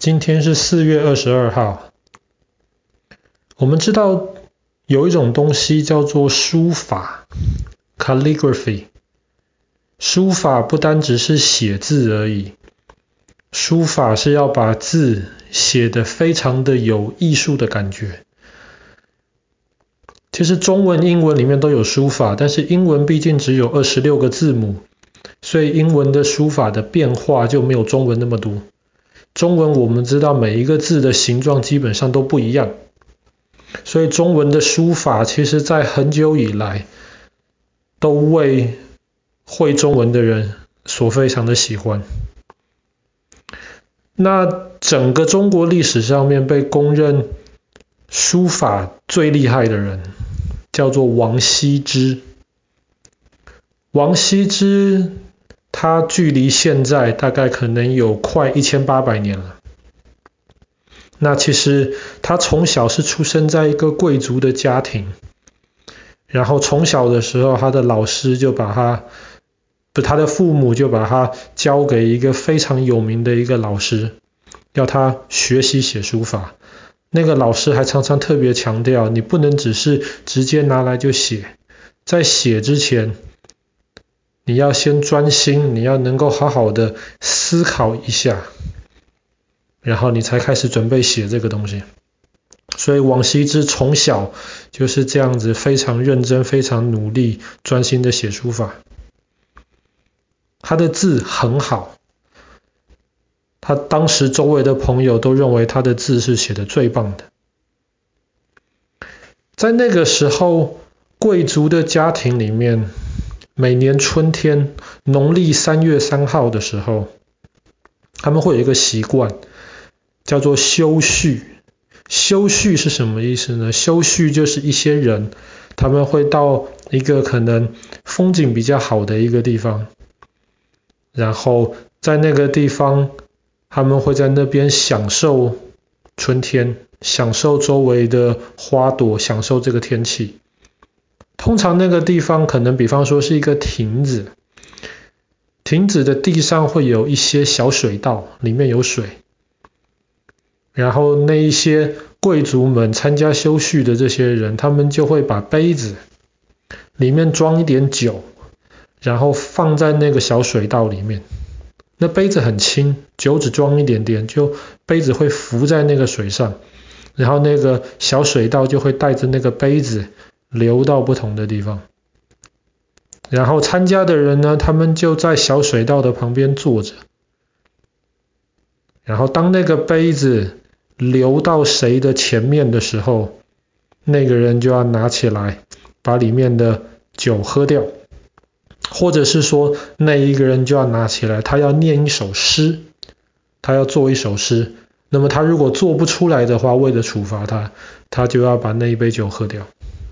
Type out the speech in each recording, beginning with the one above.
今天是4月22号。我们知道有一种东西叫做书法 calligraphy。书法不单只是写字而已，书法是要把字写得非常的有艺术的感觉。其实中文、英文里面都有书法，但是英文毕竟只有26个字母，所以英文的书法的变化就没有中文那么多。中文我们知道每一个字的形状基本上都不一样，所以中文的书法其实在很久以来都为会中文的人所非常的喜欢。那整个中国历史上面被公认书法最厉害的人叫做王羲之。王羲之他距离现在大概可能有快1800年了。那其实他从小是出生在一个贵族的家庭，然后从小的时候他的父母就把他交给一个非常有名的一个老师，要他学习写书法。那个老师还常常特别强调，你不能只是直接拿来就写，在写之前你要先专心，你要能够好好的思考一下，然后你才开始准备写这个东西。所以王羲之从小就是这样子非常认真、非常努力、专心的写书法。他的字很好，他当时周围的朋友都认为他的字是写得最棒的。在那个时候，贵族的家庭里面，每年春天农历3月3号的时候，他们会有一个习惯叫做修序。修序是什么意思呢？修序就是一些人他们会到一个可能风景比较好的一个地方，然后在那个地方他们会在那边享受春天，享受周围的花朵，享受这个天气。通常那个地方可能比方说是一个亭子，亭子的地上会有一些小水道，里面有水，然后那一些贵族们参加修序的这些人，他们就会把杯子里面装一点酒，然后放在那个小水道里面。那杯子很轻，酒只装一点点，就杯子会浮在那个水上，然后那个小水道就会带着那个杯子流到不同的地方。然后参加的人呢，他们就在小水道的旁边坐着，然后当那个杯子流到谁的前面的时候，那个人就要拿起来把里面的酒喝掉，或者是说那一个人就要拿起来，他要念一首诗，他要做一首诗。那么他如果做不出来的话，为了处罚他，他就要把那一杯酒喝掉。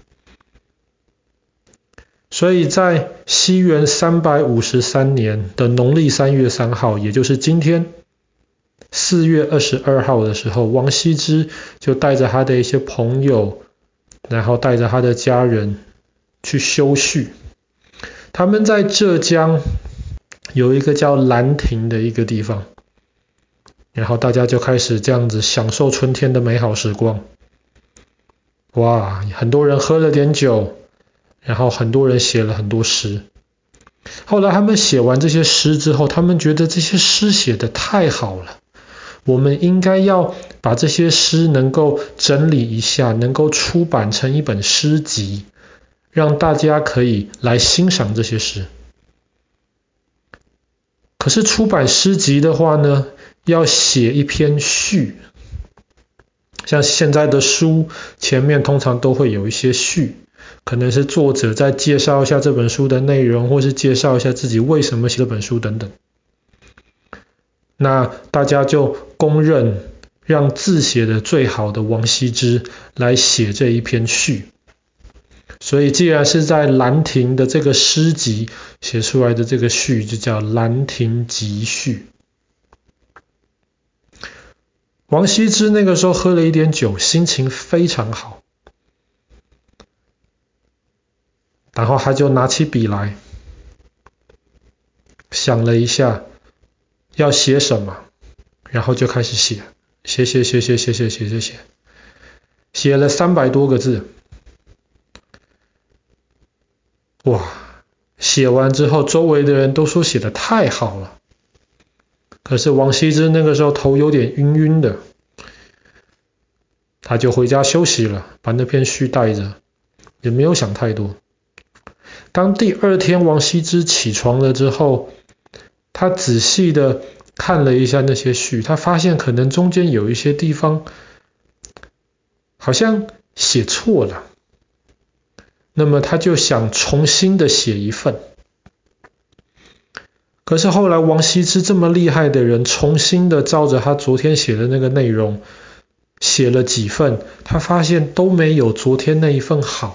所以在西元353年的农历3月3号，也就是今天4月22号的时候，王羲之就带着他的一些朋友，然后带着他的家人去修序。他们在浙江有一个叫兰亭的一个地方，然后大家就开始这样子享受春天的美好时光。哇，很多人喝了点酒，然后很多人写了很多诗。后来他们写完这些诗之后，他们觉得这些诗写得太好了，我们应该要把这些诗能够整理一下，能够出版成一本诗集，让大家可以来欣赏这些诗。可是出版诗集的话呢，要写一篇序，像现在的书前面通常都会有一些序，可能是作者在介绍一下这本书的内容，或是介绍一下自己为什么写这本书等等。那大家就公认让字写得最好的王羲之来写这一篇序。所以既然是在兰亭的这个诗集写出来的这个序，就叫兰亭集序。王羲之那个时候喝了一点酒，心情非常好，然后他就拿起笔来，想了一下要写什么，然后就开始写。 写了300多个字。哇，写完之后周围的人都说写得太好了。可是王羲之那个时候头有点晕晕的，他就回家休息了，把那篇序带着，也没有想太多。当第2天王羲之起床了之后，他仔细的看了一下那些序，他发现可能中间有一些地方好像写错了，那么他就想重新的写一份。可是后来王羲之这么厉害的人，重新的照着他昨天写的那个内容写了几份，他发现都没有昨天那一份好，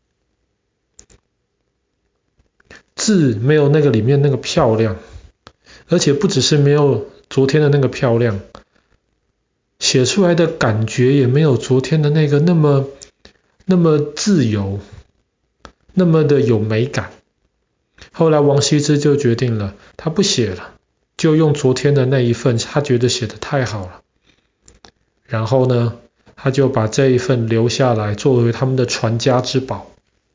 字没有那个里面那个漂亮，而且不只是没有昨天的那个漂亮，写出来的感觉也没有昨天的那个那么自由，那么的有美感。后来王羲之就决定了，他不写了，就用昨天的那一份，他觉得写得太好了。然后呢，他就把这一份留下来，作为他们的传家之宝。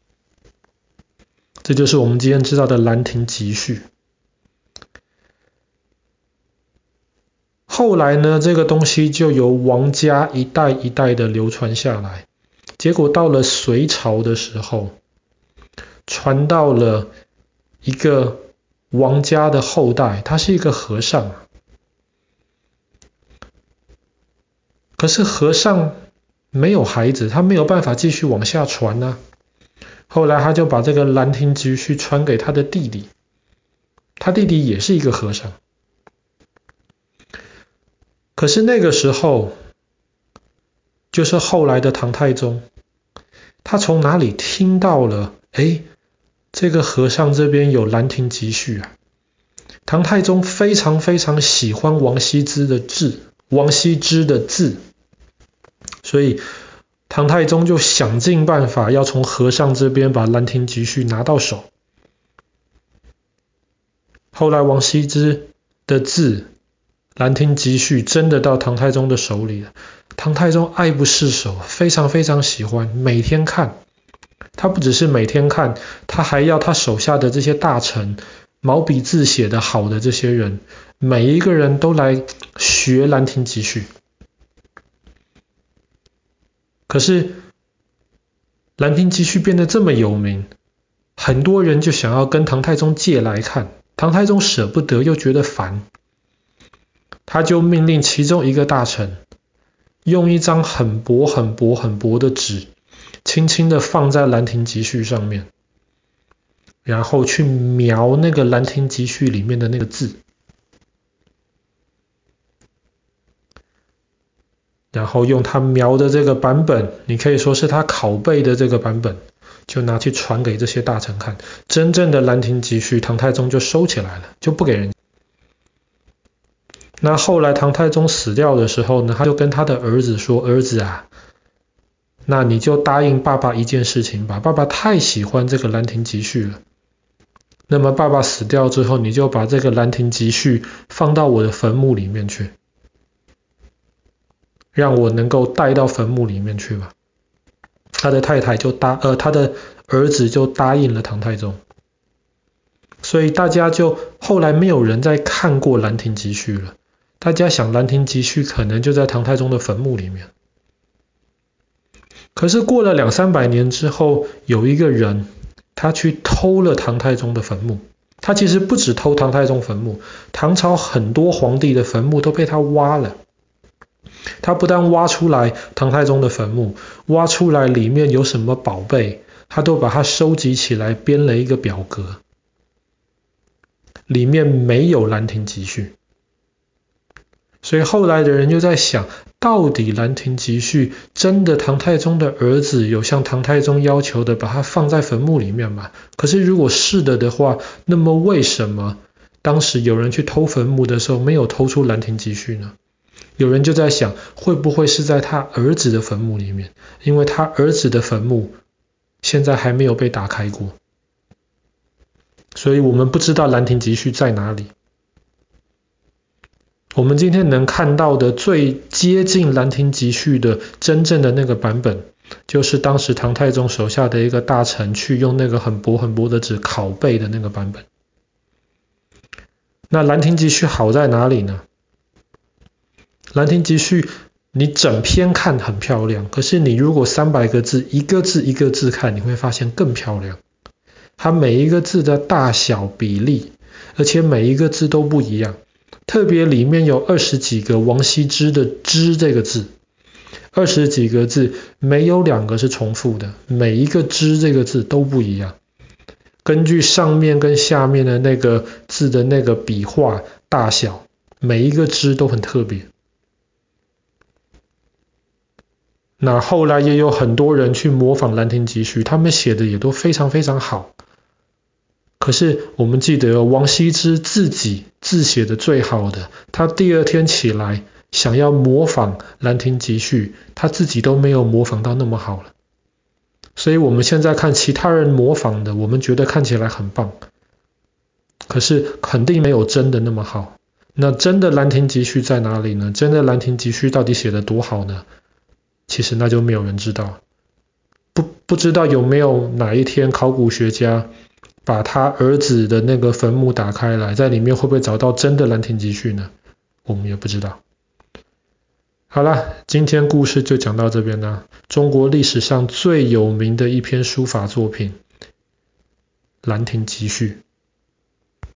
这就是我们今天知道的《兰亭集序》。后来呢，这个东西就由王家一代一代的流传下来，结果到了隋朝的时候，传到了一个王家的后代，他是一个和尚。可是和尚没有孩子，他没有办法继续往下传啊。后来他就把这个《兰亭集序》传给他的弟弟，他弟弟也是一个和尚。可是那个时候，就是后来的唐太宗，他从哪里听到了，这个和尚这边有《兰亭集序》啊？唐太宗非常非常喜欢王羲之的字，所以唐太宗就想尽办法要从和尚这边把《兰亭集序》拿到手。后来王羲之的字《兰亭集序》真的到唐太宗的手里了，唐太宗爱不释手，非常非常喜欢，每天看。他不只是每天看，他还要他手下的这些大臣，毛笔字写得好的这些人，每一个人都来学《兰亭集序》。可是《兰亭集序》变得这么有名，很多人就想要跟唐太宗借来看，唐太宗舍不得又觉得烦，他就命令其中一个大臣用一张很薄很薄很薄的纸，轻轻的放在《兰亭集序》上面，然后去描那个《兰亭集序》里面的那个字，然后用他描的这个版本，你可以说是他拷贝的这个版本，就拿去传给这些大臣看。真正的《兰亭集序》，唐太宗就收起来了，就不给人。那后来唐太宗死掉的时候呢，他就跟他的儿子说，儿子啊，那你就答应爸爸一件事情吧，爸爸太喜欢这个《兰亭集序》了。那么爸爸死掉之后，你就把这个《兰亭集序》放到我的坟墓里面去，让我能够带到坟墓里面去吧。他的儿子就答应了唐太宗。所以大家就后来没有人再看过《兰亭集序》了，大家想《兰亭集序》可能就在唐太宗的坟墓里面。可是过了200-300年之后，有一个人他去偷了唐太宗的坟墓。他其实不只偷唐太宗坟墓，唐朝很多皇帝的坟墓都被他挖了。他不但挖出来唐太宗的坟墓，挖出来里面有什么宝贝，他都把它收集起来，编了一个表格，里面没有《兰亭集序》。所以后来的人就在想，到底《兰亭集序》真的唐太宗的儿子有像唐太宗要求的把它放在坟墓里面吗？可是如果是的话，那么为什么当时有人去偷坟墓的时候没有偷出《兰亭集序》呢？有人就在想，会不会是在他儿子的坟墓里面？因为他儿子的坟墓现在还没有被打开过，所以我们不知道《兰亭集序》在哪里。 我们今天能看到的最接近兰亭集序的真正的那个版本，就是当时唐太宗手下的一个大臣去用那个很薄很薄的纸拷贝的那个版本。那兰亭集序好在哪里呢？兰亭集序你整篇看很漂亮，可是你如果300个字一个字一个字看，你会发现更漂亮。它每一个字的大小比例，而且每一个字都不一样，特别里面有20几个王羲之的之这个字，20几个字没有2个是重复的，每一个之这个字都不一样，根据上面跟下面的那个字的那个笔画大小，每一个之都很特别。那后来也有很多人去模仿兰亭集序，他们写的也都非常非常好。可是我们记得王羲之自己字写的最好的，他第二天起来想要模仿兰亭集序，他自己都没有模仿到那么好了。所以我们现在看其他人模仿的，我们觉得看起来很棒，可是肯定没有真的那么好。那真的兰亭集序在哪里呢？真的兰亭集序到底写得多好呢？其实那就没有人知道。不知道有没有哪一天考古学家把他儿子的那个坟墓打开来，在里面会不会找到真的兰亭集序呢？我们也不知道。好了，今天故事就讲到这边了。中国历史上最有名的一篇书法作品《兰亭集序》。